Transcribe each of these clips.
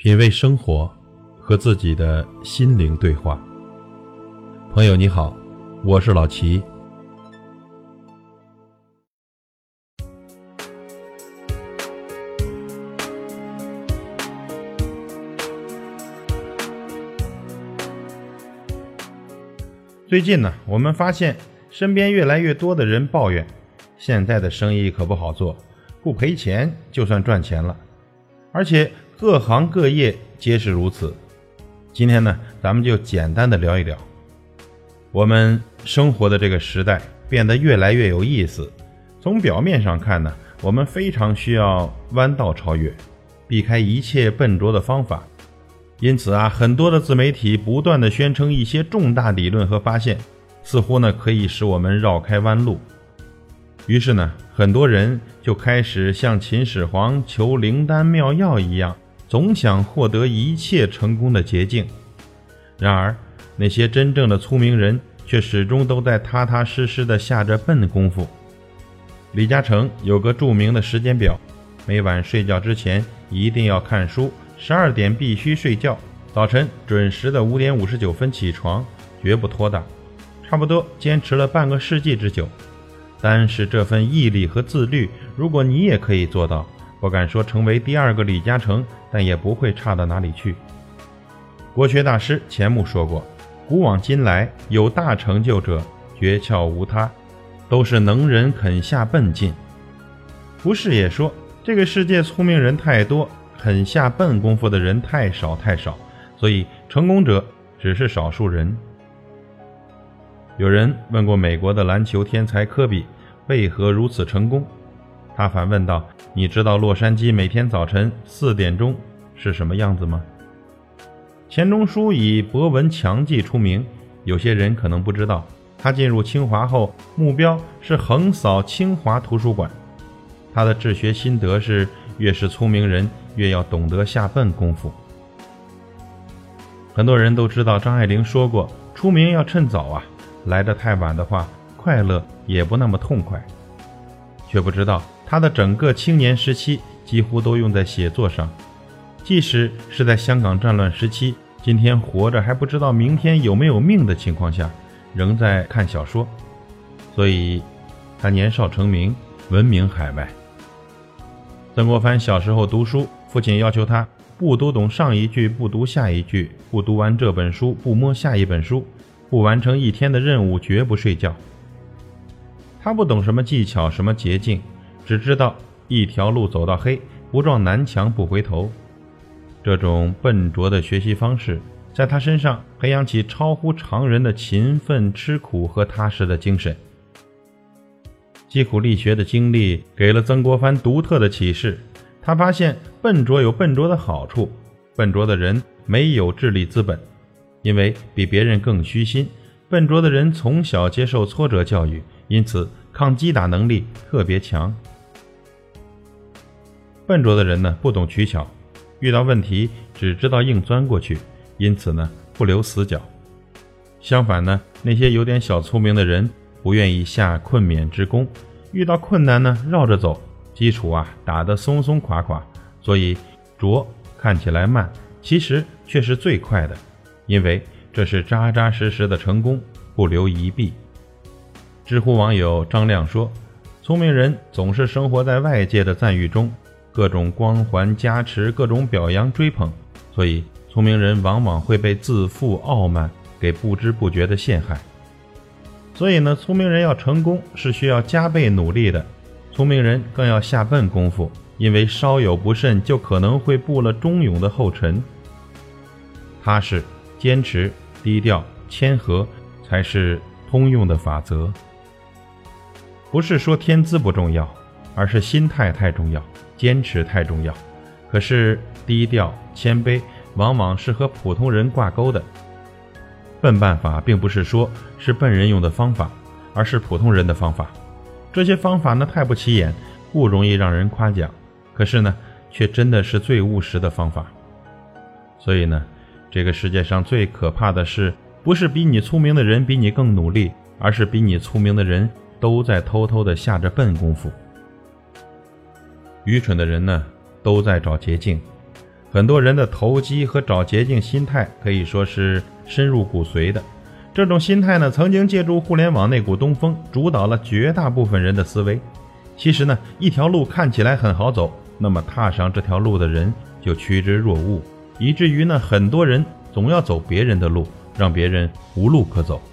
品味生活，和自己的心灵对话。朋友你好，我是老齐。最近呢，我们发现身边越来越多的人抱怨，现在的生意可不好做，不赔钱就算赚钱了，而且各行各业皆是如此。今天呢，咱们就简单的聊一聊。我们生活的这个时代变得越来越有意思，从表面上看呢，我们非常需要弯道超越，避开一切笨拙的方法。因此啊，很多的自媒体不断的宣称一些重大理论和发现，似乎呢可以使我们绕开弯路。于是呢，很多人就开始像秦始皇求灵丹妙药一样，总想获得一切成功的捷径。然而那些真正的聪明人却始终都在踏踏实实地下着笨功夫。李嘉诚有个著名的时间表，每晚睡觉之前一定要看书，12点必须睡觉，早晨准时的5点59分起床，绝不拖大，差不多坚持了半个世纪之久。单是这份毅力和自律，如果你也可以做到，不敢说成为第二个李嘉诚，但也不会差到哪里去。国学大师钱穆说过，古往今来有大成就者，诀窍无他，都是能人肯下笨劲。胡适也说，这个世界聪明人太多，肯下笨功夫的人太少，所以成功者只是少数人。有人问过美国的篮球天才科比为何如此成功，他反问道，你知道洛杉矶每天早晨4点钟是什么样子吗？钱钟书以博闻强记出名，有些人可能不知道，他进入清华后目标是横扫清华图书馆。他的治学心得是，越是聪明人越要懂得下笨功夫。很多人都知道张爱玲说过，出名要趁早啊，来得太晚的话，快乐也不那么痛快。却不知道他的整个青年时期几乎都用在写作上，即使是在香港战乱时期，今天活着还不知道明天有没有命的情况下，仍在看小说。所以他年少成名，闻名海外。曾国藩小时候读书，父亲要求他不读懂上一句，不读下一句，不读完这本书，不摸下一本书，不完成一天的任务，绝不睡觉。他不懂什么技巧，什么捷径，只知道一条路走到黑，不撞南墙不回头。这种笨拙的学习方式，在他身上培养起超乎常人的勤奋、吃苦和踏实的精神。积苦力学的经历给了曾国藩独特的启示，他发现笨拙有笨拙的好处，笨拙的人没有智力资本，因为比别人更虚心，笨拙的人从小接受挫折教育，因此抗击打能力特别强。笨拙的人呢，不懂取巧，遇到问题只知道硬钻过去，因此呢，不留死角。相反呢，那些有点小聪明的人不愿意下困勉之功，遇到困难呢绕着走，基础啊打得松松垮垮，所以拙看起来慢，其实却是最快的，因为这是扎扎实实的成功，不留一弊。知乎网友张亮说，聪明人总是生活在外界的赞誉中，各种光环加持，各种表扬追捧，所以聪明人往往会被自负傲慢给不知不觉的陷害。所以呢，聪明人要成功是需要加倍努力的，聪明人更要下笨功夫，因为稍有不慎就可能会步了忠勇的后尘。踏实、坚持、低调、谦和才是通用的法则。不是说天资不重要，而是心态太重要，坚持太重要。可是低调、谦卑往往是和普通人挂钩的。笨办法并不是说是笨人用的方法，而是普通人的方法。这些方法呢太不起眼，不容易让人夸奖，可是呢却真的是最务实的方法。所以呢，这个世界上最可怕的是，不是比你聪明的人比你更努力，而是比你聪明的人都在偷偷地下着笨功夫。愚蠢的人呢都在找捷径， 很多人的投机和找捷径心态可以说是深入骨髓的。这种心态呢，曾经借助互联网那股东风，主导了绝大部分人的思维。其实呢，一条路看起来很好走，那么踏上这条路的人就趋之若鹜，以至于呢，很多人总要走别人的路，让别人无路可走。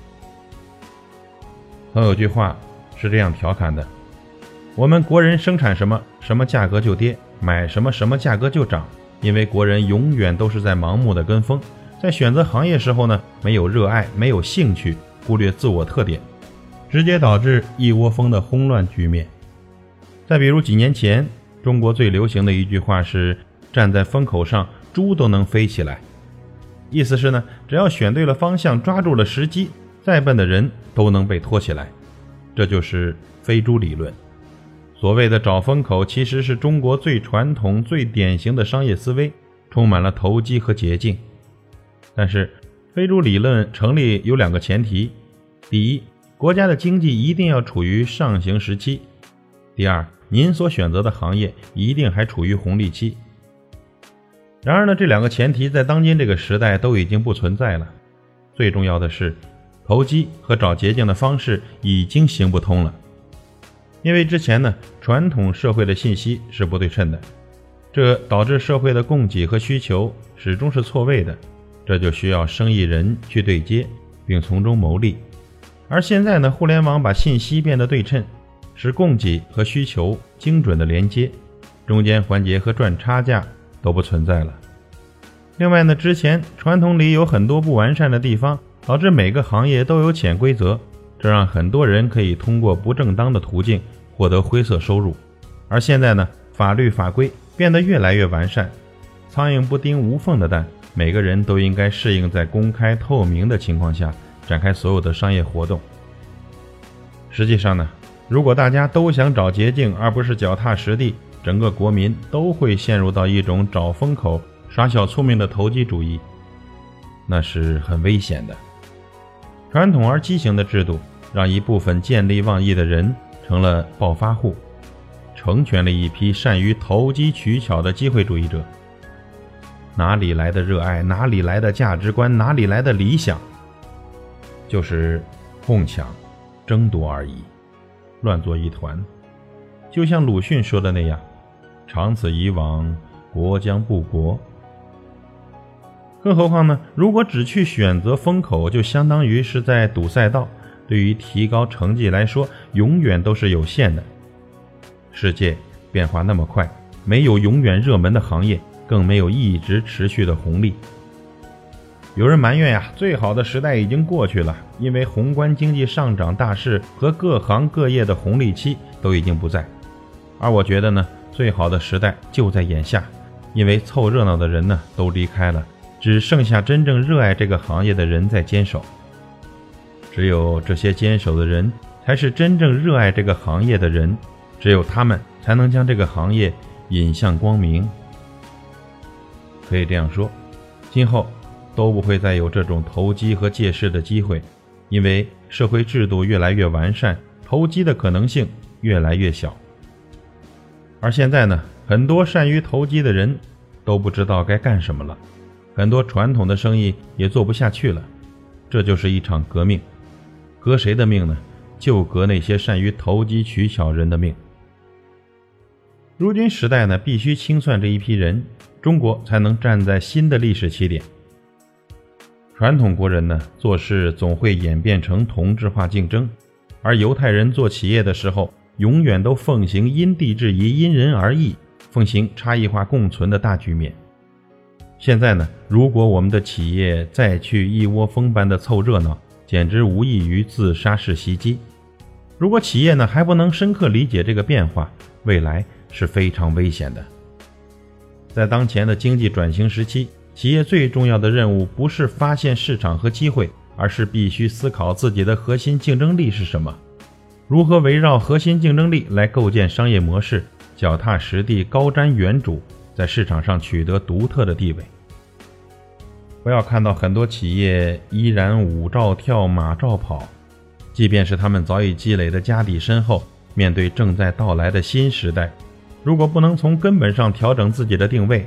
曾有句话是这样调侃的：我们国人生产什么，什么价格就跌，买什么，什么价格就涨。因为国人永远都是在盲目的跟风，在选择行业时候呢，没有热爱，没有兴趣，忽略自我特点，直接导致一窝蜂的轰乱局面。再比如几年前，中国最流行的一句话是站在风口上，猪都能飞起来。意思是呢，只要选对了方向，抓住了时机，再笨的人都能被拖起来。这就是飞猪理论。所谓的找风口，其实是中国最传统最典型的商业思维，充满了投机和捷径。但是飞猪理论成立有2个前提：第一，国家的经济一定要处于上行时期；第二，您所选择的行业一定还处于红利期。然而呢，这2个前提在当今这个时代都已经不存在了。最重要的是，投机和找捷径的方式已经行不通了。因为之前呢，传统社会的信息是不对称的，这导致社会的供给和需求始终是错位的，这就需要生意人去对接，并从中牟利。而现在呢，互联网把信息变得对称，使供给和需求精准的连接，中间环节和赚差价都不存在了。另外呢，之前传统里有很多不完善的地方，导致每个行业都有潜规则，这让很多人可以通过不正当的途径获得灰色收入。而现在呢，法律法规变得越来越完善，苍蝇不叮无缝的蛋，每个人都应该适应在公开透明的情况下展开所有的商业活动。实际上呢，如果大家都想找捷径而不是脚踏实地，整个国民都会陷入到一种找风口耍小聪明的投机主义，那是很危险的。传统而畸形的制度让一部分见利忘义的人成了暴发户，成全了一批善于投机取巧的机会主义者。哪里来的热爱，哪里来的价值观，哪里来的理想，就是哄抢争夺而已，乱作一团。就像鲁迅说的那样，长此以往，国将不国。更何况呢，如果只去选择风口，就相当于是在堵赛道，对于提高成绩来说永远都是有限的。世界变化那么快，没有永远热门的行业，更没有一直持续的红利。有人埋怨呀，最好的时代已经过去了，因为宏观经济上涨大势和各行各业的红利期都已经不在。而我觉得呢，最好的时代就在眼下，因为凑热闹的人呢都离开了，只剩下真正热爱这个行业的人在坚守。只有这些坚守的人才是真正热爱这个行业的人，只有他们才能将这个行业引向光明。可以这样说，今后都不会再有这种投机和借势的机会，因为社会制度越来越完善，投机的可能性越来越小。而现在呢，很多善于投机的人都不知道该干什么了，很多传统的生意也做不下去了。这就是一场革命，革谁的命呢？就革那些善于投机取巧人的命。如今时代呢，必须清算这一批人，中国才能站在新的历史起点。传统国人呢，做事总会演变成同质化竞争，而犹太人做企业的时候，永远都奉行因地制宜、因人而异，奉行差异化共存的大局面。现在呢，如果我们的企业再去一窝蜂般的凑热闹，简直无异于自杀式袭击。如果企业呢还不能深刻理解这个变化，未来是非常危险的。在当前的经济转型时期，企业最重要的任务不是发现市场和机会，而是必须思考自己的核心竞争力是什么，如何围绕核心竞争力来构建商业模式，脚踏实地、高瞻远瞩，在市场上取得独特的地位。不要看到很多企业依然舞照跳、马照跑，即便是他们早已积累的家底深厚，面对正在到来的新时代，如果不能从根本上调整自己的定位，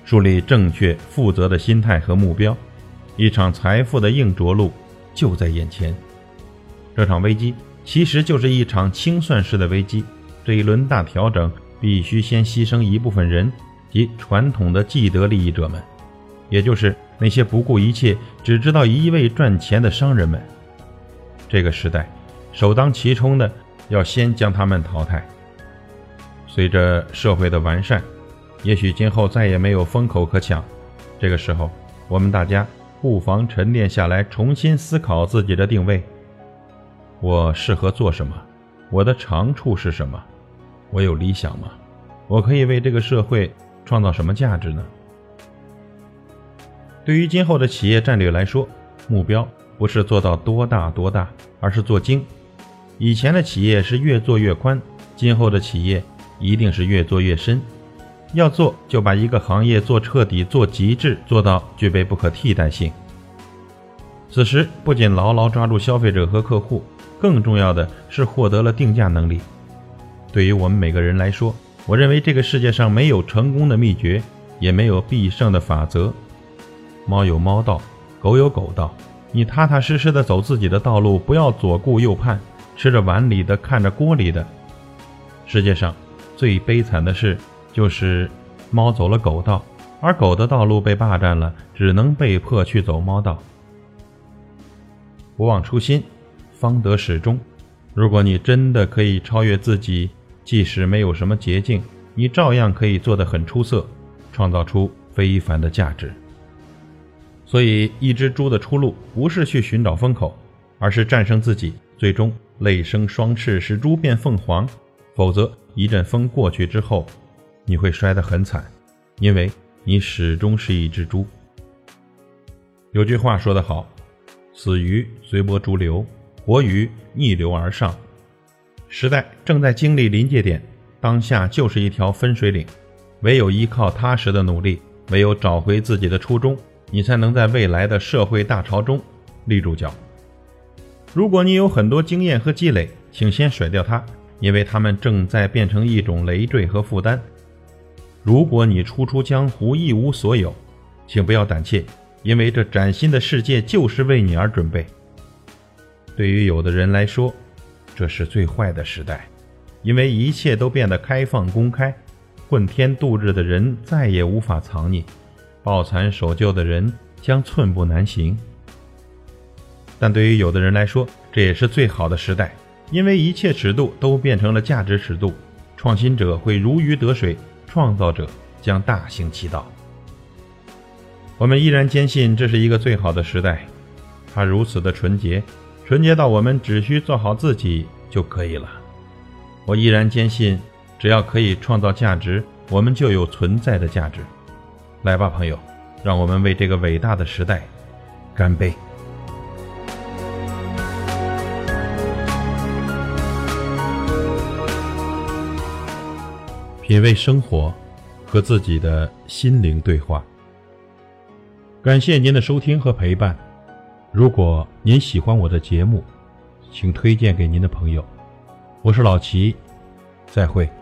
树立正确负责的心态和目标，一场财富的硬着陆就在眼前。这场危机其实就是一场清算式的危机，这一轮大调整必须先牺牲一部分人，即传统的既得利益者们，也就是那些不顾一切只知道一味赚钱的商人们。这个时代首当其冲的要先将他们淘汰。随着社会的完善，也许今后再也没有风口可抢，这个时候我们大家不妨沉淀下来，重新思考自己的定位。我适合做什么？我的长处是什么？我有理想吗？我可以为这个社会创造什么价值呢？对于今后的企业战略来说，目标不是做到多大多大，而是做精。以前的企业是越做越宽，今后的企业一定是越做越深。要做就把一个行业做彻底、做极致，做到具备不可替代性。此时不仅牢牢抓住消费者和客户，更重要的是获得了定价能力。对于我们每个人来说，我认为这个世界上没有成功的秘诀，也没有必胜的法则。猫有猫道，狗有狗道，你踏踏实实的走自己的道路，不要左顾右盼，吃着碗里的看着锅里的。世界上最悲惨的事就是猫走了狗道，而狗的道路被霸占了，只能被迫去走猫道。不忘初心，方得始终。如果你真的可以超越自己，即使没有什么捷径，你照样可以做得很出色，创造出非凡的价值。所以一只猪的出路不是去寻找风口，而是战胜自己，最终累生双翅，使猪变凤凰。否则一阵风过去之后，你会摔得很惨，因为你始终是一只猪。有句话说得好，死鱼随波逐流，活鱼逆流而上。时代正在经历临界点，当下就是一条分水岭，唯有依靠踏实的努力，唯有找回自己的初衷，你才能在未来的社会大潮中立住脚。如果你有很多经验和积累，请先甩掉它，因为它们正在变成一种累赘和负担。如果你初出江湖一无所有，请不要胆怯，因为这崭新的世界就是为你而准备。对于有的人来说，这是最坏的时代，因为一切都变得开放公开，混天度日的人再也无法藏匿，抱残守旧的人将寸步难行。但对于有的人来说，这也是最好的时代，因为一切尺度都变成了价值尺度，创新者会如鱼得水，创造者将大行其道。我们依然坚信这是一个最好的时代，它如此的纯洁，纯洁到我们只需做好自己就可以了。我依然坚信，只要可以创造价值，我们就有存在的价值。来吧，朋友，让我们为这个伟大的时代干杯！品味生活，和自己的心灵对话。感谢您的收听和陪伴。如果您喜欢我的节目，请推荐给您的朋友。我是老齐，再会。